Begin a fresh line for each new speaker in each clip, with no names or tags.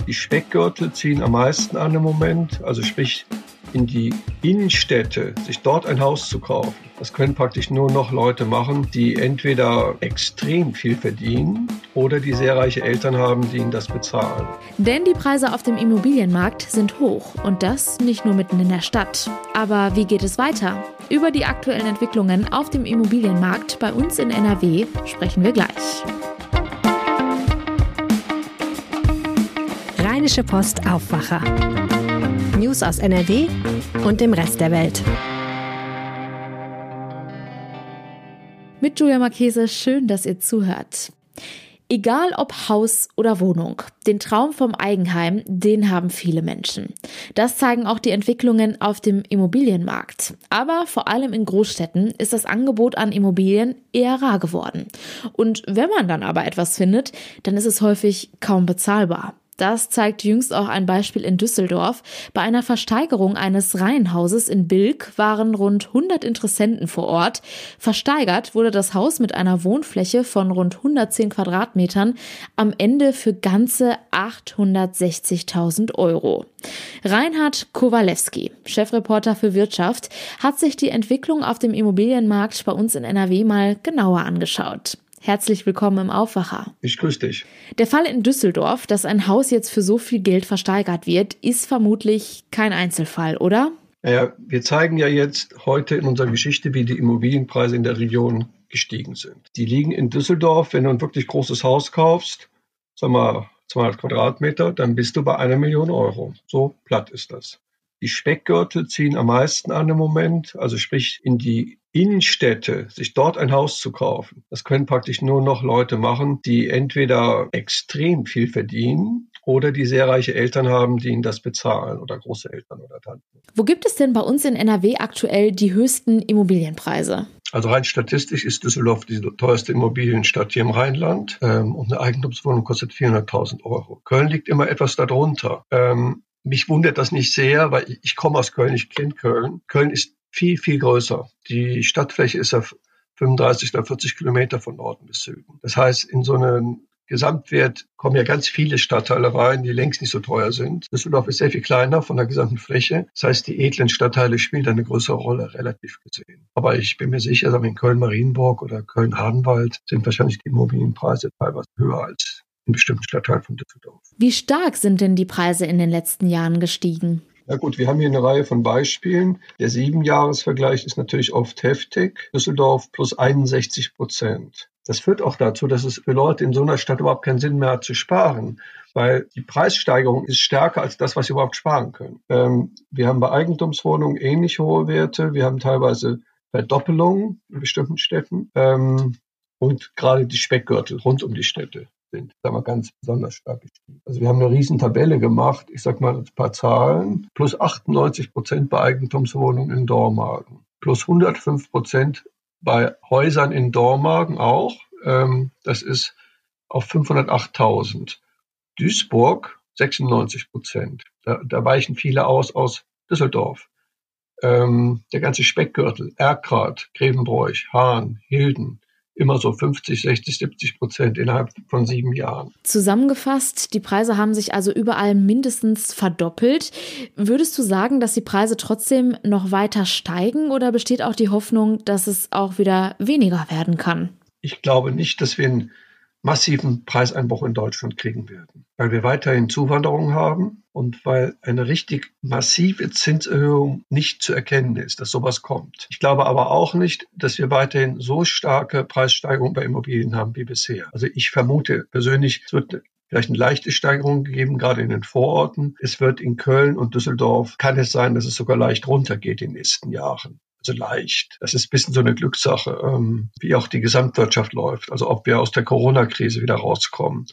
Die Speckgürtel ziehen am meisten an im Moment, also sprich in die Innenstädte, sich dort ein Haus zu kaufen. Das können praktisch nur noch Leute machen, die entweder extrem viel verdienen oder die sehr reiche Eltern haben, die ihnen das bezahlen.
Denn die Preise auf dem Immobilienmarkt sind hoch und das nicht nur mitten in der Stadt. Aber wie geht es weiter? Über die aktuellen Entwicklungen auf dem Immobilienmarkt bei uns in NRW sprechen wir gleich.
Rheinische Post Aufwacher. News aus NRW und dem Rest der Welt.
Mit Julia Marchese, schön, dass ihr zuhört. Egal ob Haus oder Wohnung, den Traum vom Eigenheim, den haben viele Menschen. Das zeigen auch die Entwicklungen auf dem Immobilienmarkt. Aber vor allem in Großstädten ist das Angebot an Immobilien eher rar geworden. Und wenn man dann aber etwas findet, dann ist es häufig kaum bezahlbar. Das zeigt jüngst auch ein Beispiel in Düsseldorf. Bei einer Versteigerung eines Reihenhauses in Bilk waren rund 100 Interessenten vor Ort. Versteigert wurde das Haus mit einer Wohnfläche von rund 110 Quadratmetern am Ende für ganze 860.000 Euro. Reinhard Kowalewski, Chefreporter für Wirtschaft, hat sich die Entwicklung auf dem Immobilienmarkt bei uns in NRW mal genauer angeschaut. Herzlich willkommen im Aufwacher.
Ich grüße dich.
Der Fall in Düsseldorf, dass ein Haus jetzt für so viel Geld versteigert wird, ist vermutlich kein Einzelfall, oder?
Naja, wir zeigen ja jetzt heute in unserer Geschichte, wie die Immobilienpreise in der Region gestiegen sind. Die liegen in Düsseldorf, wenn du ein wirklich großes Haus kaufst, sagen wir 200 Quadratmeter, dann bist du bei 1 Million Euro. So platt ist das. Die Speckgürtel ziehen am meisten an im Moment, also sprich in die Innenstädte, sich dort ein Haus zu kaufen. Das können praktisch nur noch Leute machen, die entweder extrem viel verdienen oder die sehr reiche Eltern haben, die ihnen das bezahlen oder Großeltern oder Tanten.
Wo gibt es denn bei uns in NRW aktuell die höchsten Immobilienpreise?
Also rein statistisch ist Düsseldorf die teuerste Immobilienstadt hier im Rheinland und eine Eigentumswohnung kostet 400.000 Euro. Köln liegt immer etwas darunter. Mich wundert das nicht sehr, weil ich komme aus Köln, ich kenne Köln. Köln ist viel, viel größer. Die Stadtfläche ist auf 35 oder 40 Kilometer von Norden bis Süden. Das heißt, in so einen Gesamtwert kommen ja ganz viele Stadtteile rein, die längst nicht so teuer sind. Düsseldorf ist sehr viel kleiner von der gesamten Fläche. Das heißt, die edlen Stadtteile spielen da eine größere Rolle, relativ gesehen. Aber ich bin mir sicher, dass in Köln-Marienburg oder Köln-Hadenwald sind wahrscheinlich die Immobilienpreise teilweise höher als in bestimmten Stadtteilen von Düsseldorf.
Wie stark sind denn die Preise in den letzten Jahren gestiegen?
Na gut, wir haben hier eine Reihe von Beispielen. Der 7-Jahres-Vergleich ist natürlich oft heftig. Düsseldorf plus 61%. Das führt auch dazu, dass es für Leute in so einer Stadt überhaupt keinen Sinn mehr hat zu sparen, weil die Preissteigerung ist stärker als das, was sie überhaupt sparen können. Wir haben bei Eigentumswohnungen ähnlich hohe Werte. Wir haben teilweise Verdoppelungen in bestimmten Städten und gerade die Speckgürtel rund um die Städte sind, sagen wir, ganz besonders stark gestiegen. Also wir haben eine riesen Tabelle gemacht, ich sag mal ein paar Zahlen, plus 98% bei Eigentumswohnungen in Dormagen, plus 105% bei Häusern in Dormagen auch, das ist auf 508.000. Duisburg 96%, da weichen viele aus Düsseldorf. Der ganze Speckgürtel, Erkrath, Grevenbroich, Hahn, Hilden, immer so 50, 60, 70% innerhalb von 7 Jahren.
Zusammengefasst, die Preise haben sich also überall mindestens verdoppelt. Würdest du sagen, dass die Preise trotzdem noch weiter steigen oder besteht auch die Hoffnung, dass es auch wieder weniger werden kann?
Ich glaube nicht, dass wir einen massiven Preiseinbruch in Deutschland kriegen werden, weil wir weiterhin Zuwanderung haben und weil eine richtig massive Zinserhöhung nicht zu erkennen ist, dass sowas kommt. Ich glaube aber auch nicht, dass wir weiterhin so starke Preissteigerungen bei Immobilien haben wie bisher. Also ich vermute persönlich, es wird vielleicht eine leichte Steigerung gegeben, gerade in den Vororten. Es wird in Köln und Düsseldorf, kann es sein, dass es sogar leicht runtergeht in den nächsten Jahren. Also leicht. Das ist ein bisschen so eine Glückssache, wie auch die Gesamtwirtschaft läuft. Also ob wir aus der Corona-Krise wieder rauskommen,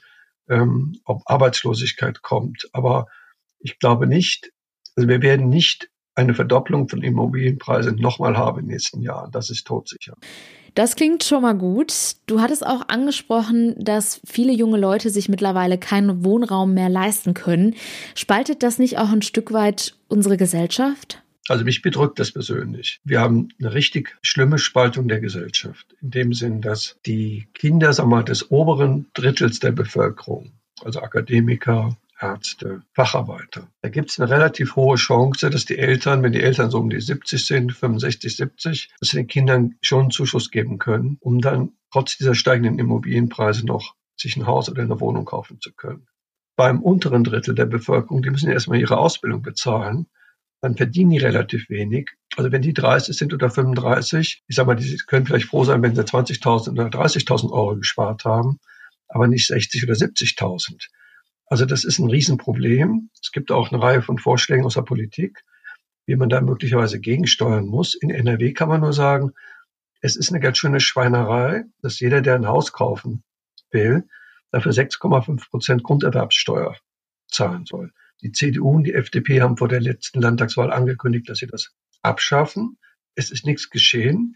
ob Arbeitslosigkeit kommt. Aber ich glaube nicht, also wir werden nicht eine Verdopplung von Immobilienpreisen nochmal haben in den nächsten Jahren. Das ist todsicher.
Das klingt schon mal gut. Du hattest auch angesprochen, dass viele junge Leute sich mittlerweile keinen Wohnraum mehr leisten können. Spaltet das nicht auch ein Stück weit unsere Gesellschaft?
Also mich bedrückt das persönlich. Wir haben eine richtig schlimme Spaltung der Gesellschaft. In dem Sinn, dass die Kinder, sagen wir mal, des oberen Drittels der Bevölkerung, also Akademiker, Ärzte, Facharbeiter. Da gibt es eine relativ hohe Chance, dass die Eltern, wenn die Eltern so um die 70 sind, 65, 70, dass sie den Kindern schon einen Zuschuss geben können, um dann trotz dieser steigenden Immobilienpreise noch sich ein Haus oder eine Wohnung kaufen zu können. Beim unteren Drittel der Bevölkerung, die müssen ja erstmal ihre Ausbildung bezahlen, dann verdienen die relativ wenig. Also wenn die 30 sind oder 35, ich sag mal, die können vielleicht froh sein, wenn sie 20.000 oder 30.000 Euro gespart haben, aber nicht 60 oder 70.000. Also das ist ein Riesenproblem. Es gibt auch eine Reihe von Vorschlägen aus der Politik, wie man da möglicherweise gegensteuern muss. In NRW kann man nur sagen, es ist eine ganz schöne Schweinerei, dass jeder, der ein Haus kaufen will, dafür 6,5% Grunderwerbssteuer zahlen soll. Die CDU und die FDP haben vor der letzten Landtagswahl angekündigt, dass sie das abschaffen. Es ist nichts geschehen.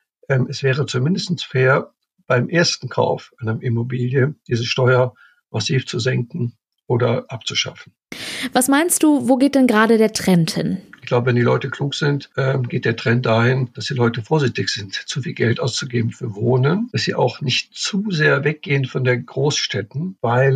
Es wäre zumindest fair, beim ersten Kauf einer Immobilie diese Steuer massiv zu senken oder abzuschaffen.
Was meinst du, wo geht denn gerade der Trend hin?
Ich glaube, wenn die Leute klug sind, geht der Trend dahin, dass die Leute vorsichtig sind, zu viel Geld auszugeben für Wohnen, dass sie auch nicht zu sehr weggehen von den Großstädten, weil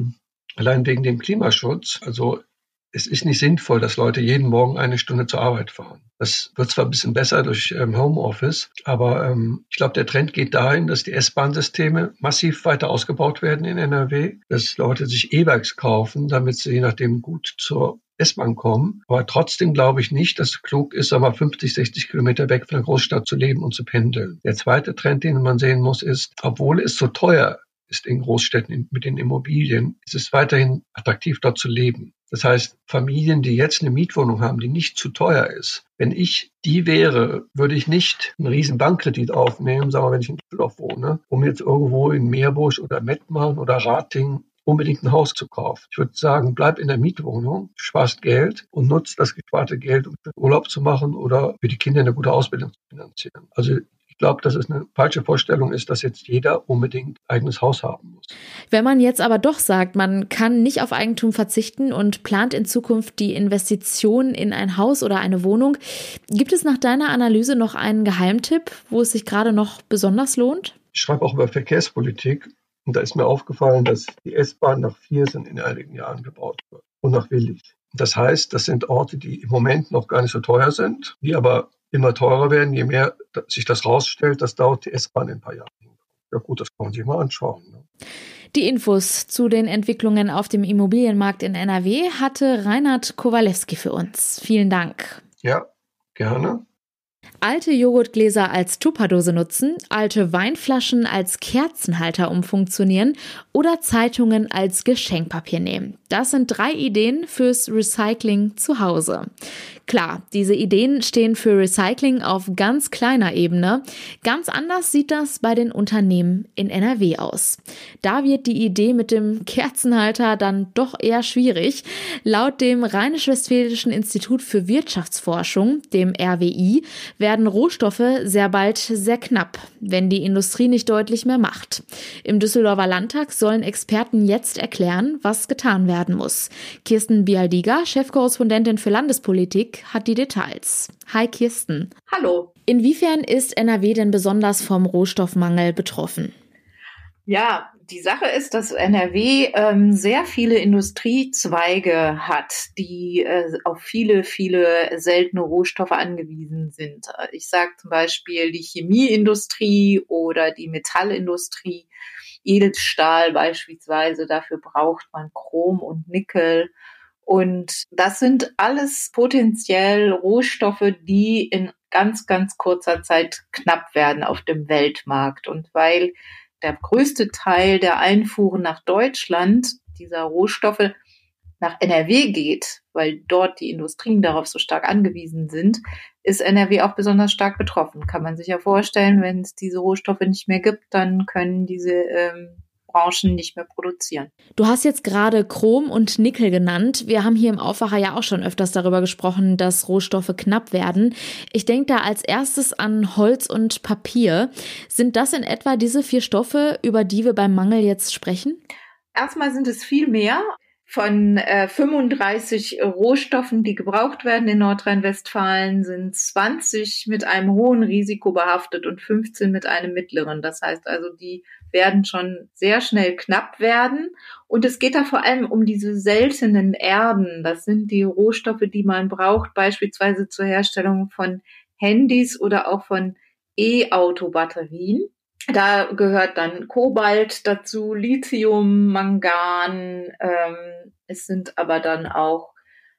allein wegen dem Klimaschutz, also es ist nicht sinnvoll, dass Leute jeden Morgen 1 Stunde zur Arbeit fahren. Das wird zwar ein bisschen besser durch Homeoffice, aber ich glaube, der Trend geht dahin, dass die S-Bahn-Systeme massiv weiter ausgebaut werden in NRW, dass Leute sich E-Bikes kaufen, damit sie je nachdem gut zur S-Bahn kommen. Aber trotzdem glaube ich nicht, dass es klug ist, 50, 60 Kilometer weg von der Großstadt zu leben und zu pendeln. Der zweite Trend, den man sehen muss, ist, obwohl es so teuer ist in Großstädten mit den Immobilien, ist es weiterhin attraktiv, dort zu leben. Das heißt, Familien, die jetzt eine Mietwohnung haben, die nicht zu teuer ist, wenn ich die wäre, würde ich nicht einen riesen Bankkredit aufnehmen, sagen wir, wenn ich in Düsseldorf wohne, um jetzt irgendwo in Meerbusch oder Mettmann oder Ratingen unbedingt ein Haus zu kaufen. Ich würde sagen, bleib in der Mietwohnung, sparst Geld und nutzt das gesparte Geld, um Urlaub zu machen oder für die Kinder eine gute Ausbildung zu finanzieren. Also ich glaube, dass es eine falsche Vorstellung ist, dass jetzt jeder unbedingt ein eigenes Haus haben muss.
Wenn man jetzt aber doch sagt, man kann nicht auf Eigentum verzichten und plant in Zukunft die Investition in ein Haus oder eine Wohnung, gibt es nach deiner Analyse noch einen Geheimtipp, wo es sich gerade noch besonders lohnt?
Ich schreibe auch über Verkehrspolitik und da ist mir aufgefallen, dass die S-Bahn nach Viersen in einigen Jahren gebaut wird und nach Willich. Das heißt, das sind Orte, die im Moment noch gar nicht so teuer sind, die aber immer teurer werden, je mehr sich das rausstellt, das dauert die S-Bahn in ein paar Jahren. Ja gut, das kann man sich mal anschauen. Ne?
Die Infos zu den Entwicklungen auf dem Immobilienmarkt in NRW hatte Reinhard Kowalewski für uns. Vielen Dank.
Ja, gerne.
Alte Joghurtgläser als Tupperdose nutzen, alte Weinflaschen als Kerzenhalter umfunktionieren oder Zeitungen als Geschenkpapier nehmen. Das sind 3 Ideen fürs Recycling zu Hause. Klar, diese Ideen stehen für Recycling auf ganz kleiner Ebene. Ganz anders sieht das bei den Unternehmen in NRW aus. Da wird die Idee mit dem Kerzenhalter dann doch eher schwierig. Laut dem Rheinisch-Westfälischen Institut für Wirtschaftsforschung, dem RWI, werden Rohstoffe sehr bald sehr knapp, wenn die Industrie nicht deutlich mehr macht. Im Düsseldorfer Landtag sollen Experten jetzt erklären, was getan werden muss. Kirsten Bialdiger, Chefkorrespondentin für Landespolitik, hat die Details. Hi Kirsten.
Hallo.
Inwiefern ist NRW denn besonders vom Rohstoffmangel betroffen?
Ja, die Sache ist, dass NRW sehr viele Industriezweige hat, die auf viele, viele seltene Rohstoffe angewiesen sind. Ich sage zum Beispiel die Chemieindustrie oder die Metallindustrie, Edelstahl beispielsweise, dafür braucht man Chrom und Nickel. Und das sind alles potenziell Rohstoffe, die in ganz, ganz kurzer Zeit knapp werden auf dem Weltmarkt. Und weil der größte Teil der Einfuhren nach Deutschland dieser Rohstoffe nach NRW geht, weil dort die Industrien darauf so stark angewiesen sind, ist NRW auch besonders stark betroffen. Kann man sich ja vorstellen, wenn es diese Rohstoffe nicht mehr gibt, dann können diese Branchen nicht mehr produzieren.
Du hast jetzt gerade Chrom und Nickel genannt. Wir haben hier im Aufwacher ja auch schon öfters darüber gesprochen, dass Rohstoffe knapp werden. Ich denke da als erstes an Holz und Papier. Sind das in etwa diese 4 Stoffe, über die wir beim Mangel jetzt sprechen?
Erstmal sind es viel mehr. Von 35 Rohstoffen, die gebraucht werden in Nordrhein-Westfalen, sind 20 mit einem hohen Risiko behaftet und 15 mit einem mittleren. Das heißt also, die werden schon sehr schnell knapp werden. Und es geht da vor allem um diese seltenen Erden. Das sind die Rohstoffe, die man braucht, beispielsweise zur Herstellung von Handys oder auch von E-Auto-Batterien. Da gehört dann Kobalt dazu, Lithium, Mangan. Es sind aber dann auch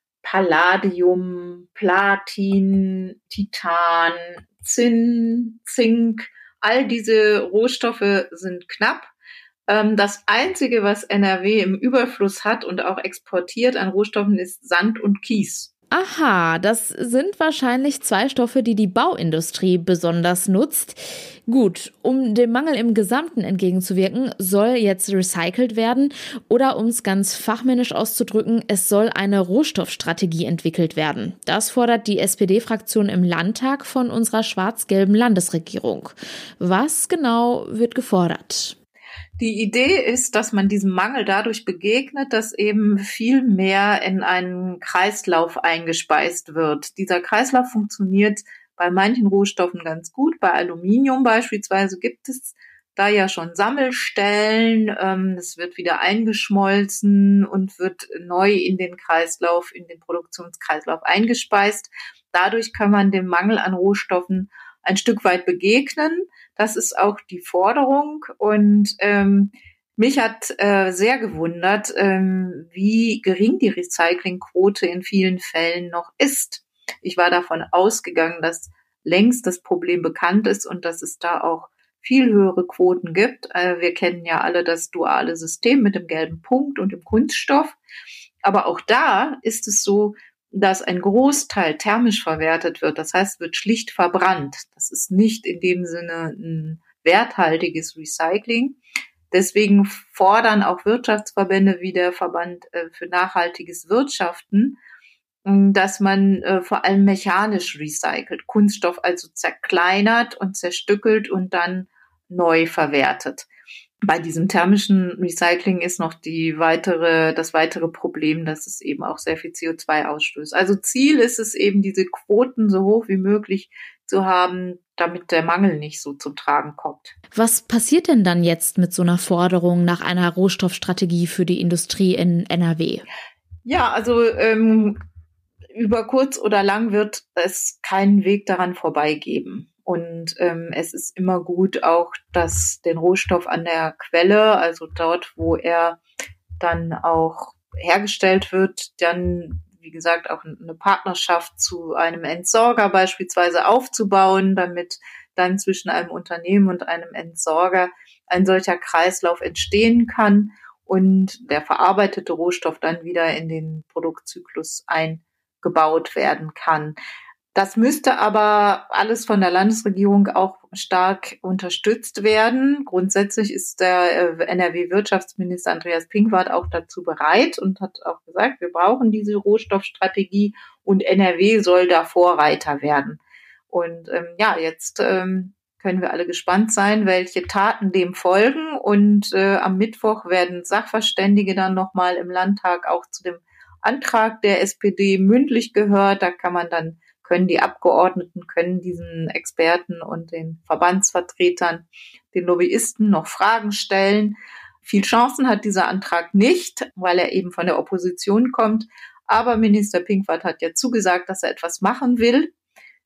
Palladium, Platin, Titan, Zinn, Zink. All diese Rohstoffe sind knapp. Das Einzige, was NRW im Überfluss hat und auch exportiert an Rohstoffen, ist Sand und Kies.
Aha, das sind wahrscheinlich 2 Stoffe, die die Bauindustrie besonders nutzt. Gut, um dem Mangel im Gesamten entgegenzuwirken, soll jetzt recycelt werden oder, um es ganz fachmännisch auszudrücken, es soll eine Rohstoffstrategie entwickelt werden. Das fordert die SPD-Fraktion im Landtag von unserer schwarz-gelben Landesregierung. Was genau wird gefordert?
Die Idee ist, dass man diesem Mangel dadurch begegnet, dass eben viel mehr in einen Kreislauf eingespeist wird. Dieser Kreislauf funktioniert bei manchen Rohstoffen ganz gut. Bei Aluminium beispielsweise gibt es da ja schon Sammelstellen. Es wird wieder eingeschmolzen und wird neu in den Kreislauf, in den Produktionskreislauf eingespeist. Dadurch kann man dem Mangel an Rohstoffen ein Stück weit begegnen. Das ist auch die Forderung. Und mich hat sehr gewundert, wie gering die Recyclingquote in vielen Fällen noch ist. Ich war davon ausgegangen, dass längst das Problem bekannt ist und dass es da auch viel höhere Quoten gibt. Wir kennen ja alle das duale System mit dem gelben Punkt und dem Kunststoff. Aber auch da ist es so, dass ein Großteil thermisch verwertet wird. Das heißt, wird schlicht verbrannt. Das ist nicht in dem Sinne ein werthaltiges Recycling. Deswegen fordern auch Wirtschaftsverbände wie der Verband für nachhaltiges Wirtschaften, dass man vor allem mechanisch recycelt, Kunststoff also zerkleinert und zerstückelt und dann neu verwertet. Bei diesem thermischen Recycling ist noch das weitere Problem, dass es eben auch sehr viel CO2 ausstößt. Also Ziel ist es eben, diese Quoten so hoch wie möglich zu haben, damit der Mangel nicht so zum Tragen kommt.
Was passiert denn dann jetzt mit so einer Forderung nach einer Rohstoffstrategie für die Industrie in NRW?
Ja, also über kurz oder lang wird es keinen Weg daran vorbeigeben. Und es ist immer gut auch, dass den Rohstoff an der Quelle, also dort, wo er dann auch hergestellt wird, dann, wie gesagt, auch eine Partnerschaft zu einem Entsorger beispielsweise aufzubauen, damit dann zwischen einem Unternehmen und einem Entsorger ein solcher Kreislauf entstehen kann und der verarbeitete Rohstoff dann wieder in den Produktzyklus eingebaut werden kann. Das müsste aber alles von der Landesregierung auch stark unterstützt werden. Grundsätzlich ist der NRW-Wirtschaftsminister Andreas Pinkwart auch dazu bereit und hat auch gesagt, wir brauchen diese Rohstoffstrategie und NRW soll da Vorreiter werden. Und jetzt können wir alle gespannt sein, welche Taten dem folgen. Und am Mittwoch werden Sachverständige dann nochmal im Landtag auch zu dem Antrag der SPD mündlich gehört. Da können die Abgeordneten, diesen Experten und den Verbandsvertretern, den Lobbyisten noch Fragen stellen. Viel Chancen hat dieser Antrag nicht, weil er eben von der Opposition kommt. Aber Minister Pinkwart hat ja zugesagt, dass er etwas machen will.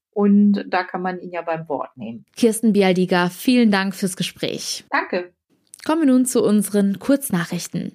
Und da kann man ihn ja beim Wort nehmen.
Kirsten Bialdiger, vielen Dank fürs Gespräch.
Danke.
Kommen wir nun zu unseren Kurznachrichten.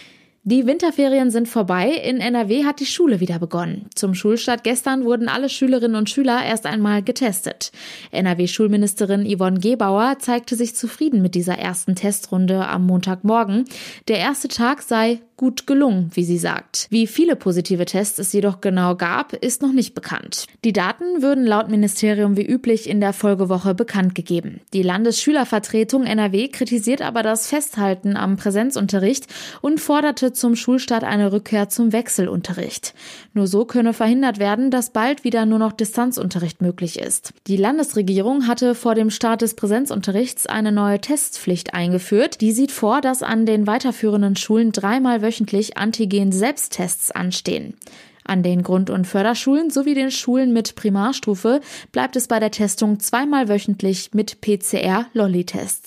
Die Winterferien sind vorbei. In NRW hat die Schule wieder begonnen. Zum Schulstart gestern wurden alle Schülerinnen und Schüler erst einmal getestet. NRW-Schulministerin Yvonne Gebauer zeigte sich zufrieden mit dieser ersten Testrunde am Montagmorgen. Der erste Tag sei gut gelungen, wie sie sagt. Wie viele positive Tests es jedoch genau gab, ist noch nicht bekannt. Die Daten würden laut Ministerium wie üblich in der Folgewoche bekannt gegeben. Die Landesschülervertretung NRW kritisiert aber das Festhalten am Präsenzunterricht und forderte zum Schulstart eine Rückkehr zum Wechselunterricht. Nur so könne verhindert werden, dass bald wieder nur noch Distanzunterricht möglich ist. Die Landesregierung hatte vor dem Start des Präsenzunterrichts eine neue Testpflicht eingeführt. Die sieht vor, dass an den weiterführenden Schulen 3-mal wöchentlich Antigen-Selbsttests anstehen. An den Grund- und Förderschulen sowie den Schulen mit Primarstufe bleibt es bei der Testung 2-mal wöchentlich mit PCR-Lolli-Tests.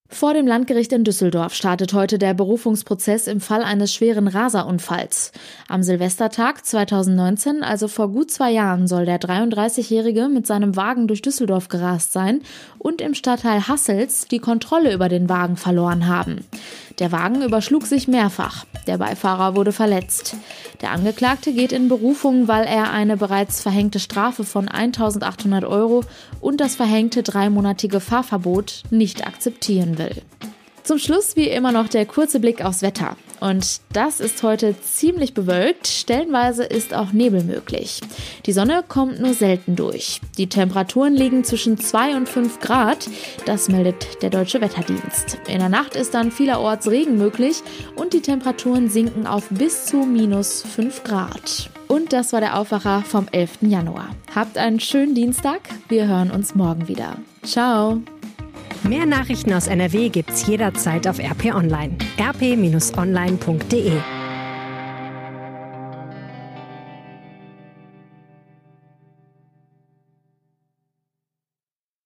Vor dem Landgericht in Düsseldorf startet heute der Berufungsprozess im Fall eines schweren Raserunfalls. Am Silvestertag 2019, also vor gut 2 Jahren, soll der 33-Jährige mit seinem Wagen durch Düsseldorf gerast sein und im Stadtteil Hassels die Kontrolle über den Wagen verloren haben. Der Wagen überschlug sich mehrfach. Der Beifahrer wurde verletzt. Der Angeklagte geht in Berufung, weil er eine bereits verhängte Strafe von 1.800 € und das verhängte 3-monatige Fahrverbot nicht akzeptieren will. Zum Schluss wie immer noch der kurze Blick aufs Wetter. Und das ist heute ziemlich bewölkt, stellenweise ist auch Nebel möglich. Die Sonne kommt nur selten durch. Die Temperaturen liegen zwischen 2 und 5 Grad, das meldet der Deutsche Wetterdienst. In der Nacht ist dann vielerorts Regen möglich und die Temperaturen sinken auf bis zu -5 Grad. Und das war der Aufwacher vom 11. Januar. Habt einen schönen Dienstag, wir hören uns morgen wieder. Ciao!
Mehr Nachrichten aus NRW gibt's jederzeit auf RP Online. rp-online.de